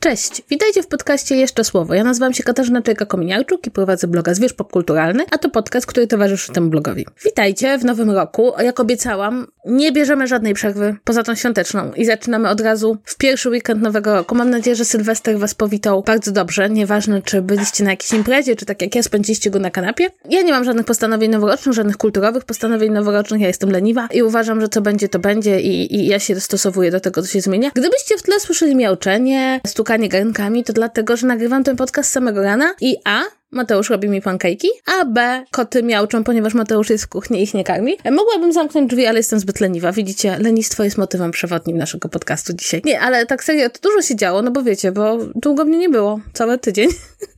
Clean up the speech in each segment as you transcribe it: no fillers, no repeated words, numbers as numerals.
Cześć, witajcie w podcaście Jeszcze Słowo. Ja nazywam się Katarzyna Czajka-Kominiarczuk i prowadzę bloga Zwierz Popkulturalny, a to podcast, który towarzyszy temu blogowi. Witajcie w nowym roku. Jak obiecałam, nie bierzemy żadnej przerwy poza tą świąteczną i zaczynamy od razu w pierwszy weekend nowego roku. Mam nadzieję, że Sylwester was powitał bardzo dobrze. Nieważne, czy byliście na jakiejś imprezie, czy tak jak ja spędziliście go na kanapie. Ja nie mam żadnych postanowień noworocznych, żadnych kulturowych postanowień noworocznych. Ja jestem leniwa i uważam, że co będzie, to będzie i ja się dostosowuję do tego, co się zmienia. Gdybyście w tle słyszeli miauczenie, stukanie garnkami, to dlatego, że nagrywam ten podcast z samego rana i Mateusz robi mi pankejki, a B, koty miauczą, ponieważ Mateusz jest w kuchni i ich nie karmi. Mogłabym zamknąć drzwi, ale jestem zbyt leniwa. Widzicie, lenistwo jest motywem przewodnim naszego podcastu dzisiaj. Nie, ale tak serio, to dużo się działo, no bo wiecie, bo długo mnie nie było, cały tydzień.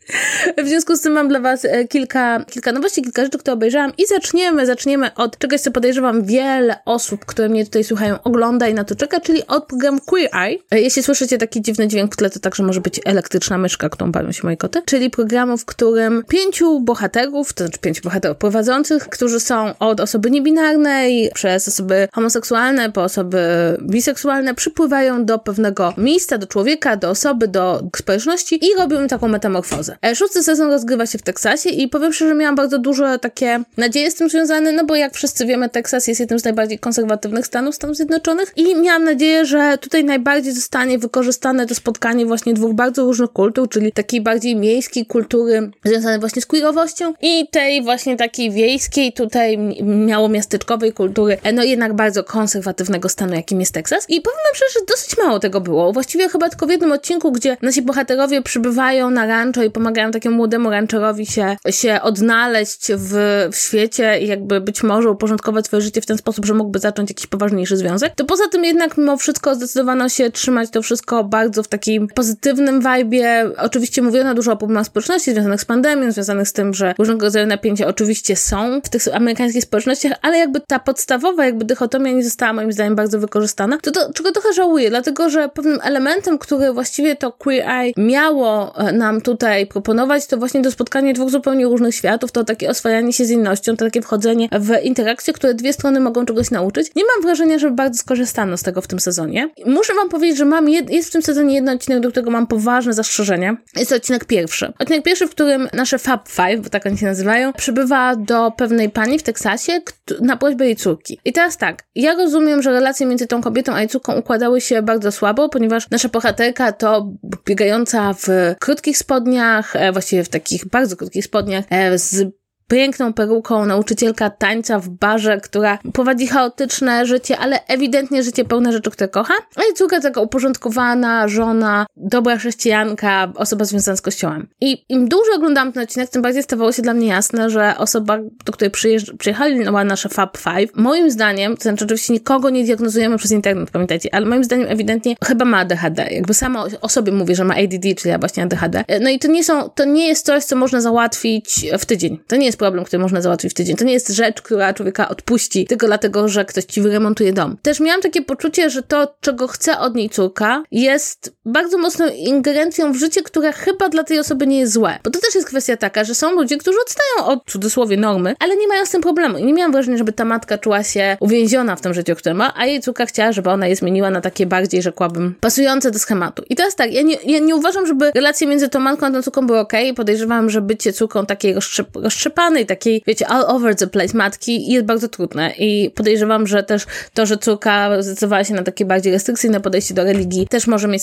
W związku z tym mam dla was kilka nowości, kilka rzeczy, które obejrzałam i zaczniemy od czegoś, co podejrzewam wiele osób, które mnie tutaj słuchają, ogląda i na to czeka, czyli od programu Queer Eye. Jeśli słyszycie taki dziwny dźwięk w tle, to także może być elektryczna myszka, którą bawią się moje koty, czyli programu, w którym 5 bohaterów prowadzących, którzy są od osoby niebinarnej, przez osoby homoseksualne, po osoby biseksualne, przypływają do pewnego miejsca, do człowieka, do osoby, do społeczności i robią taką metamorfozę. 6. sezon rozgrywa się w Teksasie i powiem szczerze, że miałam bardzo duże takie nadzieje z tym związane, no bo jak wszyscy wiemy, Teksas jest jednym z najbardziej konserwatywnych stanów Stanów Zjednoczonych i miałam nadzieję, że tutaj najbardziej zostanie wykorzystane to spotkanie właśnie dwóch bardzo różnych kultur, czyli takiej bardziej miejskiej kultury związanej właśnie z queerowością i tej właśnie takiej wiejskiej, tutaj miasteczkowej kultury, no jednak bardzo konserwatywnego stanu, jakim jest Teksas. I powiem wam szczerze, że dosyć mało tego było. Właściwie chyba tylko w jednym odcinku, gdzie nasi bohaterowie przybywają na rancho i pomagają takiemu młodemu rancherowi się odnaleźć w świecie i jakby być może uporządkować swoje życie w ten sposób, że mógłby zacząć jakiś poważniejszy związek. To poza tym jednak mimo wszystko zdecydowano się trzymać to wszystko bardzo w takim pozytywnym vibe'ie. Oczywiście mówiono dużo o problemach społeczności związanych z pandemią, związanych z tym, że różnego rodzaju napięcia oczywiście są w tych amerykańskich społecznościach, ale jakby ta podstawowa dychotomia nie została moim zdaniem bardzo wykorzystana. To czego trochę żałuję, dlatego że pewnym elementem, który właściwie to Queer Eye miało nam tutaj proponować, to właśnie to spotkanie dwóch zupełnie różnych światów, to takie oswajanie się z innością, to takie wchodzenie w interakcje, które dwie strony mogą czegoś nauczyć. Nie mam wrażenia, że bardzo skorzystano z tego w tym sezonie. Muszę wam powiedzieć, że jest w tym sezonie jeden odcinek, do którego mam poważne zastrzeżenia. Jest to odcinek pierwszy. Odcinek pierwszy, w którym nasze Fab Five, bo tak oni się nazywają, przybywa do pewnej pani w Teksasie na prośbę jej córki. I teraz tak, ja rozumiem, że relacje między tą kobietą a jej córką układały się bardzo słabo, ponieważ nasza bohaterka to biegająca w krótkich spodniach, właściwie w takich bardzo krótkich spodniach, z piękną peruką, nauczycielka tańca w barze, która prowadzi chaotyczne życie, ale ewidentnie życie pełne rzeczy, które kocha. A jej córka taka uporządkowana, żona, dobra chrześcijanka, osoba związana z kościołem. I im dłużej oglądałam ten odcinek, tym bardziej stawało się dla mnie jasne, że osoba, do której przyjechali nasze Fab Five, moim zdaniem, to znaczy oczywiście nikogo nie diagnozujemy przez internet, pamiętajcie, ale moim zdaniem ewidentnie chyba ma ADHD. Jakby sama o sobie mówi, że ma ADD, czyli właśnie ADHD. No i to nie jest coś, co można załatwić w tydzień. To nie jest problem, który można załatwić w tydzień. To nie jest rzecz, która człowieka odpuści tylko dlatego, że ktoś ci wyremontuje dom. Też miałam takie poczucie, że to, czego chce od niej córka, jest bardzo mocną ingerencją w życie, które chyba dla tej osoby nie jest złe. Bo to też jest kwestia taka, że są ludzie, którzy odstają od, w cudzysłowie, normy, ale nie mają z tym problemu. I nie miałam wrażenia, żeby ta matka czuła się uwięziona w tym życiu, które ma, a jej córka chciała, żeby ona je zmieniła na takie bardziej, rzekłabym, pasujące do schematu. I teraz tak, ja nie uważam, żeby relacje między tą matką a tą córką były okej. Podejrzewam, że bycie córką takiej roztrzepanej, takiej, wiecie, all over the place matki jest bardzo trudne i podejrzewam, że też to, że córka zdecydowała się na takie bardziej restrykcyjne podejście do religii, też może być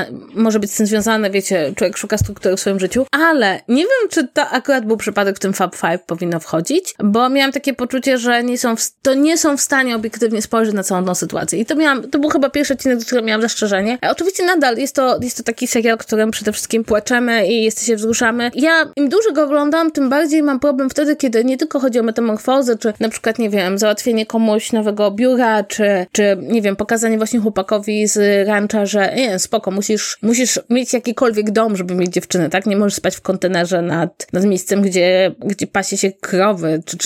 z tym związane, wiecie, człowiek szuka struktury w swoim życiu, ale nie wiem, czy to akurat był przypadek, w tym Fab Five powinno wchodzić, bo miałam takie poczucie, że nie są w stanie obiektywnie spojrzeć na całą tą sytuację i to był chyba pierwszy odcinek, do którego miałam zastrzeżenie. Oczywiście nadal jest to taki serial, którym przede wszystkim płaczemy i się wzruszamy. Ja im dłużej go oglądam, tym bardziej mam problem wtedy, kiedy nie tylko chodzi o metamorfozę, czy na przykład, nie wiem, załatwienie komuś nowego biura, czy nie wiem, pokazanie właśnie chłopakowi z rancha, że nie, spoko, musisz mieć jakikolwiek dom, żeby mieć dziewczynę, tak? Nie możesz spać w kontenerze nad miejscem, gdzie pasie się krowy, czy trzyma się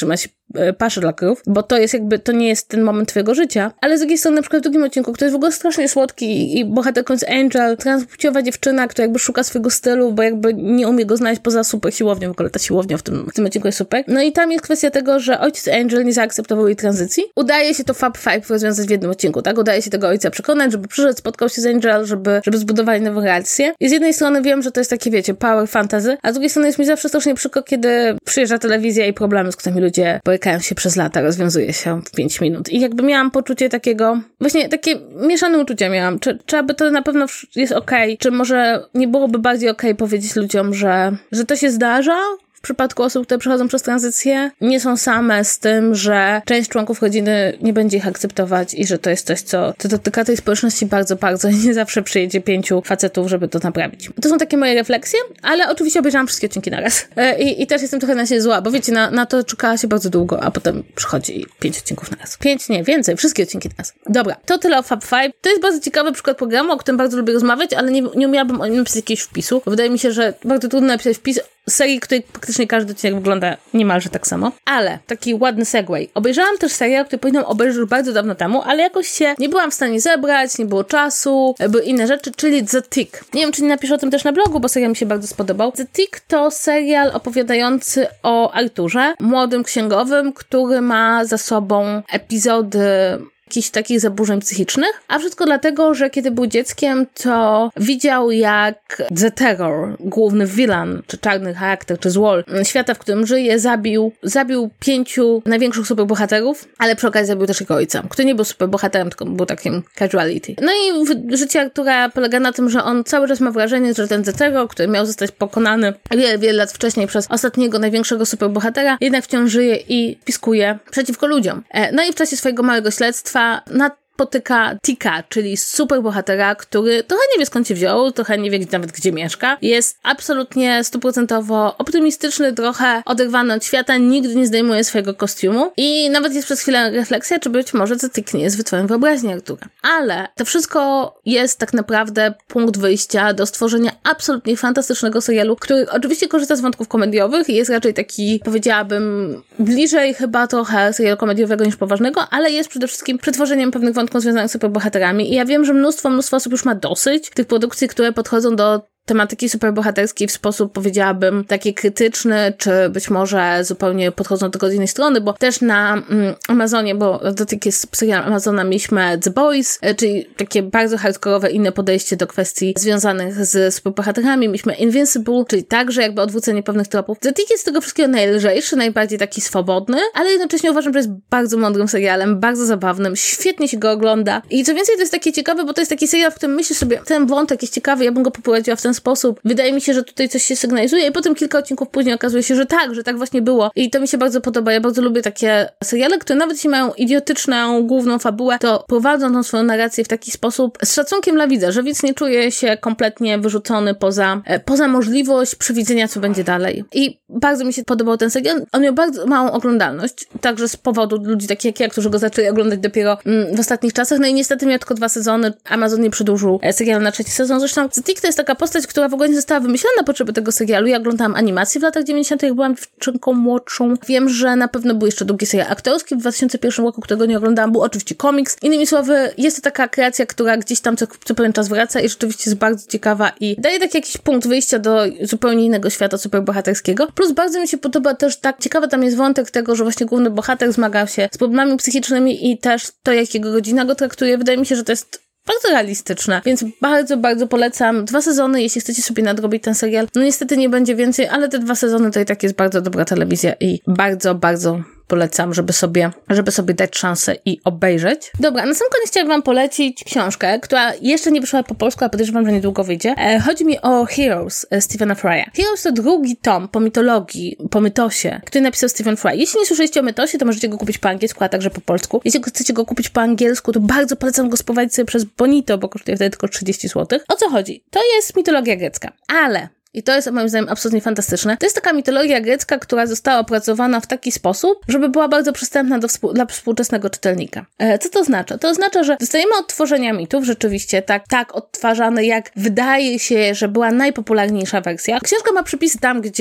pasze dla krów, bo to jest jakby, to nie jest ten moment twojego życia, ale z drugiej strony na przykład w drugim odcinku, który jest w ogóle strasznie słodki i bohaterką jest Angel, transpłciowa dziewczyna, która jakby szuka swojego stylu, bo jakby nie umie go znaleźć poza super siłownią, w ogóle ta siłownia w tym odcinku jest super. No i tam jest kwestia tego, że ojciec Angel nie zaakceptował jej tranzycji. Udaje się to Fab Five rozwiązać w jednym odcinku, tak? Udaje się tego ojca przekonać, żeby przyszedł, spotkał się z Angel, żeby zbudowali nową relację. I z jednej strony wiem, że to jest takie, wiecie, power fantasy, a z drugiej strony jest mi zawsze strasznie przykro, kiedy przyjeżdża telewizja i problemy, z którymi ludzie borykają się przez lata, rozwiązuje się w 5 minut. I jakby miałam poczucie takiego, właśnie takie mieszane uczucia miałam. Czy aby to na pewno jest okej? Czy może nie byłoby bardziej okej powiedzieć ludziom, że to się zdarza? W przypadku osób, które przechodzą przez tranzycję, nie są same z tym, że część członków rodziny nie będzie ich akceptować i że to jest coś, co dotyka tej społeczności bardzo, bardzo i nie zawsze przyjedzie 5 facetów, żeby to naprawić. To są takie moje refleksje, ale oczywiście obejrzałam wszystkie odcinki naraz. I też jestem trochę na siebie zła, bo wiecie, na to czekała się bardzo długo, a potem przychodzi 5 odcinków naraz. 5, nie, więcej, wszystkie odcinki naraz. Dobra, to tyle o Fab Five. To jest bardzo ciekawy przykład programu, o którym bardzo lubię rozmawiać, ale nie umiałabym o nim napisać jakiegoś wpisu, bo wydaje mi się, że bardzo trudno napisać wpis serii, której praktycznie każdy odcinek wygląda niemalże tak samo. Ale taki ładny segway. Obejrzałam też serial, który powinnam obejrzeć już bardzo dawno temu, ale jakoś się nie byłam w stanie zebrać, nie było czasu, były inne rzeczy, czyli The Tick. Nie wiem, czy nie napiszę o tym też na blogu, bo serial mi się bardzo spodobał. The Tick to serial opowiadający o Arturze, młodym księgowym, który ma za sobą epizody jakichś takich zaburzeń psychicznych, a wszystko dlatego, że kiedy był dzieckiem, to widział, jak The Terror, główny villain, czy czarny charakter, czy złol świata, w którym żyje, zabił 5 największych superbohaterów, ale przy okazji zabił też jego ojca, który nie był superbohaterem, tylko był takim casuality. No i życie Artura polega na tym, że on cały czas ma wrażenie, że ten The Terror, który miał zostać pokonany wiele lat wcześniej przez ostatniego, największego superbohatera, jednak wciąż żyje i piskuje przeciwko ludziom. No i w czasie swojego małego śledztwa napotyka Ticka, czyli superbohatera, który trochę nie wie, skąd się wziął, trochę nie wie nawet, gdzie mieszka. Jest absolutnie 100% optymistyczny, trochę oderwany od świata, nigdy nie zdejmuje swojego kostiumu i nawet jest przez chwilę refleksja, czy być może ten Tick nie jest wytworem wyobraźni Artura. Ale to wszystko jest tak naprawdę punkt wyjścia do stworzenia absolutnie fantastycznego serialu, który oczywiście korzysta z wątków komediowych i jest raczej taki, powiedziałabym, bliżej chyba trochę serialu komediowego niż poważnego, ale jest przede wszystkim przetworzeniem pewnych wątków związanych z superbohaterami. I ja wiem, że mnóstwo osób już ma dosyć tych produkcji, które podchodzą do tematyki superbohaterskiej w sposób, powiedziałabym, taki krytyczny, czy być może zupełnie podchodzą do tego z innej strony, bo też na Amazonie, bo do takiego serialu Amazona mieliśmy The Boys, czyli takie bardzo hardkorowe inne podejście do kwestii związanych z superbohaterami. Mieliśmy Invincible, czyli także jakby odwrócenie pewnych tropów. The Tick jest z tego wszystkiego najlżejszy, najbardziej taki swobodny, ale jednocześnie uważam, że jest bardzo mądrym serialem, bardzo zabawnym, świetnie się go ogląda. I co więcej, to jest takie ciekawe, bo to jest taki serial, w którym myślisz sobie, ten wątek jest ciekawy, ja bym go poprowadziła w ten sposób. Wydaje mi się, że tutaj coś się sygnalizuje i potem kilka odcinków później okazuje się, że tak właśnie było. I to mi się bardzo podoba. Ja bardzo lubię takie seriale, które nawet jeśli mają idiotyczną główną fabułę, to prowadzą tą swoją narrację w taki sposób z szacunkiem dla widza, że widz nie czuje się kompletnie wyrzucony poza możliwość przewidzenia, co będzie dalej. I bardzo mi się podobał ten serial. On miał bardzo małą oglądalność, także z powodu ludzi takich jak ja, którzy go zaczęli oglądać dopiero w ostatnich czasach. No i niestety miał tylko 2 sezony. Amazon nie przedłużył serialu na 3. sezon. Zresztą The Tick to jest taka postać, która w ogóle nie została wymyślona na potrzeby tego serialu. Ja oglądałam animację w latach 90., jak byłam dziewczynką młodszą. Wiem, że na pewno był jeszcze drugi serial aktorski w 2001 roku, którego nie oglądałam. Był oczywiście komiks. Innymi słowy, jest to taka kreacja, która gdzieś tam co pewien czas wraca i rzeczywiście jest bardzo ciekawa i daje taki jakiś punkt wyjścia do zupełnie innego świata superbohaterskiego. Plus bardzo mi się podoba też tak ciekawy tam jest wątek tego, że właśnie główny bohater zmaga się z problemami psychicznymi i też to, jak jego rodzina go traktuje. Wydaje mi się, że to jest bardzo realistyczne, więc bardzo, bardzo polecam. 2 sezony, jeśli chcecie sobie nadrobić ten serial. No niestety nie będzie więcej, ale te 2 sezony to i tak jest bardzo dobra telewizja i bardzo, bardzo polecam, żeby sobie dać szansę i obejrzeć. Dobra, na sam koniec chciałam wam polecić książkę, która jeszcze nie wyszła po polsku, a podejrzewam, że niedługo wyjdzie. Chodzi mi o Heroes Stephena Fry'a. Heroes to drugi tom po mitologii, po mytosie, który napisał Stephen Fry. Jeśli nie słyszeliście o mytosie, to możecie go kupić po angielsku, a także po polsku. Jeśli chcecie go kupić po angielsku, to bardzo polecam go sprowadzić sobie przez Bonito, bo kosztuje wtedy tylko 30 zł. O co chodzi? To jest mitologia grecka, ale i to jest moim zdaniem absolutnie fantastyczne. To jest taka mitologia grecka, która została opracowana w taki sposób, żeby była bardzo przystępna dla współczesnego czytelnika. Co to oznacza? To oznacza, że dostajemy odtworzenia mitów, rzeczywiście tak odtwarzane, jak wydaje się, że była najpopularniejsza wersja. Książka ma przypisy tam, gdzie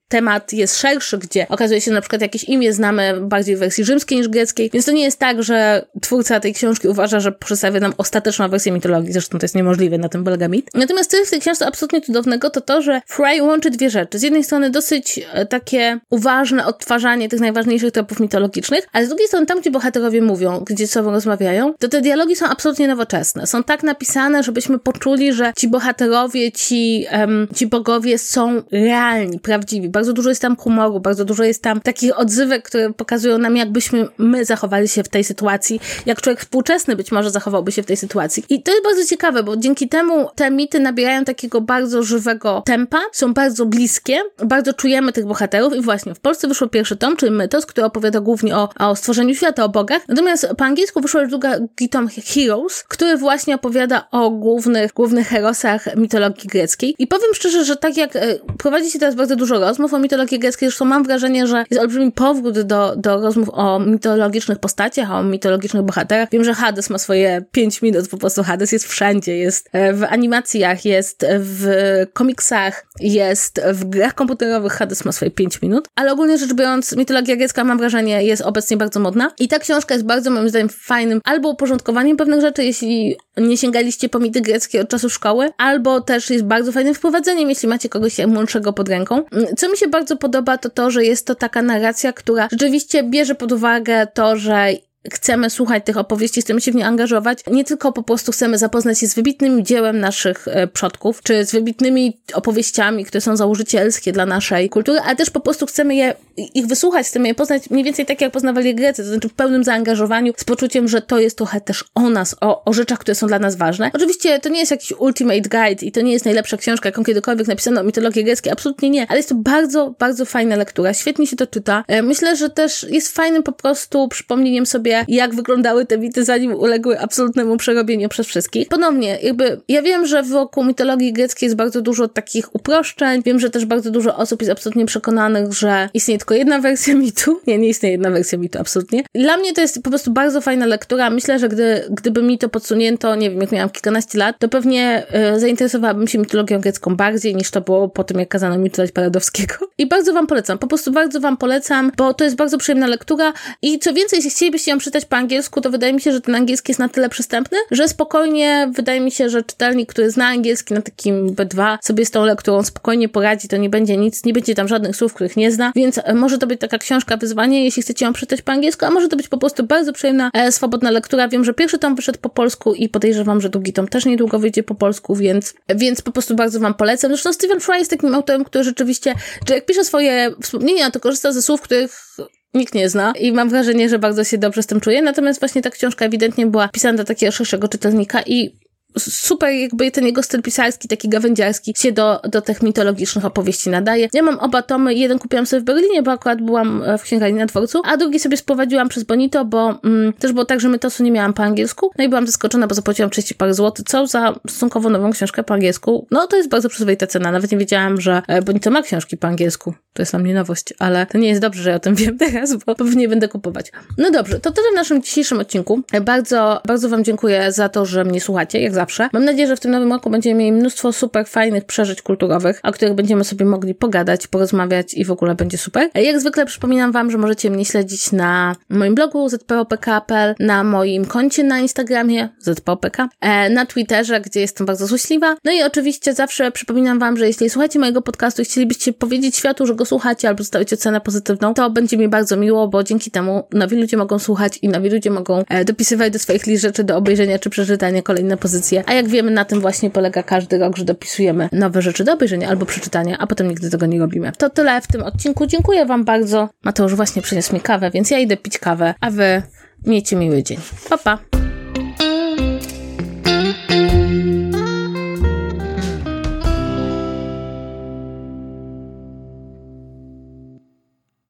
temat jest szerszy, gdzie okazuje się, że na przykład jakieś imię znamy bardziej w wersji rzymskiej niż greckiej, więc to nie jest tak, że twórca tej książki uważa, że przedstawia nam ostateczną wersję mitologii, zresztą to jest niemożliwe, na tym polega mit. Natomiast co jest w tej książce absolutnie cudownego, to, że Fry łączy dwie rzeczy. Z jednej strony dosyć takie uważne odtwarzanie tych najważniejszych tropów mitologicznych, ale z drugiej strony tam, gdzie bohaterowie mówią, gdzie ze sobą rozmawiają, to te dialogi są absolutnie nowoczesne. Są tak napisane, żebyśmy poczuli, że ci bohaterowie, ci bogowie są realni, prawdziwi. Bardzo dużo jest tam humoru, bardzo dużo jest tam takich odzywek, które pokazują nam, jakbyśmy my zachowali się w tej sytuacji, jak człowiek współczesny być może zachowałby się w tej sytuacji. I to jest bardzo ciekawe, bo dzięki temu te mity nabierają takiego bardzo żywego tempa, są bardzo bliskie, bardzo czujemy tych bohaterów i właśnie w Polsce wyszło pierwszy tom, czyli Mytos, który opowiada głównie o stworzeniu świata, o bogach. Natomiast po angielsku wyszła już drugi tom Heroes, który właśnie opowiada o głównych herosach mitologii greckiej. I powiem szczerze, że tak jak prowadzi się teraz bardzo dużo rozmów o mitologii greckiej, zresztą mam wrażenie, że jest olbrzymi powrót do rozmów o mitologicznych postaciach, o mitologicznych bohaterach. Wiem, że Hades ma swoje 5 minut, po prostu Hades jest wszędzie, jest w animacjach, jest w komiksach, jest w grach komputerowych, Hades ma swoje 5 minut, ale ogólnie rzecz biorąc, mitologia grecka, mam wrażenie, jest obecnie bardzo modna i ta książka jest bardzo, moim zdaniem, fajnym albo uporządkowaniem pewnych rzeczy, jeśli nie sięgaliście po mity greckie od czasu szkoły, albo też jest bardzo fajnym wprowadzeniem, jeśli macie kogoś młodszego pod ręką. Co mi się bardzo podoba, to, że jest to taka narracja, która rzeczywiście bierze pod uwagę to, że chcemy słuchać tych opowieści, chcemy się w nie angażować. Nie tylko po prostu chcemy zapoznać się z wybitnym dziełem naszych przodków, czy z wybitnymi opowieściami, które są założycielskie dla naszej kultury, ale też po prostu chcemy ich wysłuchać, chcemy je poznać mniej więcej tak, jak poznawali Grecy, to znaczy w pełnym zaangażowaniu, z poczuciem, że to jest trochę też o nas, o rzeczach, które są dla nas ważne. Oczywiście to nie jest jakiś ultimate guide i to nie jest najlepsza książka, jaką kiedykolwiek napisano o mitologii greckiej, absolutnie nie, ale jest to bardzo, bardzo fajna lektura, świetnie się to czyta. Myślę, że też jest fajnym po prostu przypomnieniem sobie, jak wyglądały te mity, zanim uległy absolutnemu przerobieniu przez wszystkich. Ponownie, ja wiem, że wokół mitologii greckiej jest bardzo dużo takich uproszczeń, wiem, że też bardzo dużo osób jest absolutnie przekonanych, że istnieje tylko jedna wersja mitu. Nie istnieje jedna wersja mitu, absolutnie. Dla mnie to jest po prostu bardzo fajna lektura. Myślę, że gdyby mi to podsunięto, nie wiem, jak miałam kilkanaście lat, to pewnie zainteresowałabym się mitologią grecką bardziej, niż to było po tym, jak kazano mi czytać Paradowskiego. I bardzo wam polecam, po prostu bardzo wam polecam, bo to jest bardzo przyjemna lektura i co więcej, jeśli chcielibyście ją czytać po angielsku, to wydaje mi się, że ten angielski jest na tyle przystępny, że spokojnie, wydaje mi się, że czytelnik, który zna angielski na takim B2, sobie z tą lekturą spokojnie poradzi, to nie będzie nic, nie będzie tam żadnych słów, których nie zna, więc może to być taka książka wyzwanie, jeśli chcecie ją przeczytać po angielsku, a może to być po prostu bardzo przyjemna, swobodna lektura. Wiem, że pierwszy tom wyszedł po polsku i podejrzewam, że drugi tom też niedługo wyjdzie po polsku, więc po prostu bardzo wam polecam. Zresztą Stephen Fry jest takim autorem, który rzeczywiście, że jak pisze swoje wspomnienia, to korzysta ze słów, których nikt nie zna i mam wrażenie, że bardzo się dobrze z tym czuje, natomiast właśnie ta książka ewidentnie była pisana dla takiego szerszego czytelnika i super jakby ten jego styl pisarski, taki gawędziarski się do tych mitologicznych opowieści nadaje. Ja mam oba tomy, jeden kupiłam sobie w Berlinie, bo akurat byłam w księgarni na dworcu, a drugi sobie sprowadziłam przez Bonito, bo też było tak, że Mytosu nie miałam po angielsku, no i byłam zaskoczona, bo zapłaciłam 30 parę złotych, co za stosunkowo nową książkę po angielsku. No to jest bardzo przyzwoita cena, nawet nie wiedziałam, że Bonito ma książki po angielsku. To jest dla mnie nowość, ale to nie jest dobrze, że ja o tym wiem teraz, bo pewnie będę kupować. No dobrze, to tyle w naszym dzisiejszym odcinku. Bardzo, bardzo wam dziękuję za to, że mnie słuchacie, jak zawsze. Mam nadzieję, że w tym nowym roku będziemy mieli mnóstwo super fajnych przeżyć kulturowych, o których będziemy sobie mogli pogadać, porozmawiać i w ogóle będzie super. Jak zwykle przypominam wam, że możecie mnie śledzić na moim blogu zpopk.pl, na moim koncie na Instagramie zpopk, na Twitterze, gdzie jestem bardzo złośliwa. No i oczywiście zawsze przypominam wam, że jeśli słuchacie mojego podcastu i chcielibyście powiedzieć światu, że go słuchacie albo zostawić ocenę pozytywną, to będzie mi bardzo miło, bo dzięki temu nowi ludzie mogą słuchać i nowi ludzie mogą dopisywać do swoich list rzeczy do obejrzenia czy przeczytania kolejne pozycje. A jak wiemy, na tym właśnie polega każdy rok, że dopisujemy nowe rzeczy do obejrzenia albo przeczytania, a potem nigdy tego nie robimy. To tyle w tym odcinku. Dziękuję wam bardzo. Mateusz właśnie przyniósł mi kawę, więc ja idę pić kawę, a wy miejcie miły dzień. Pa, pa!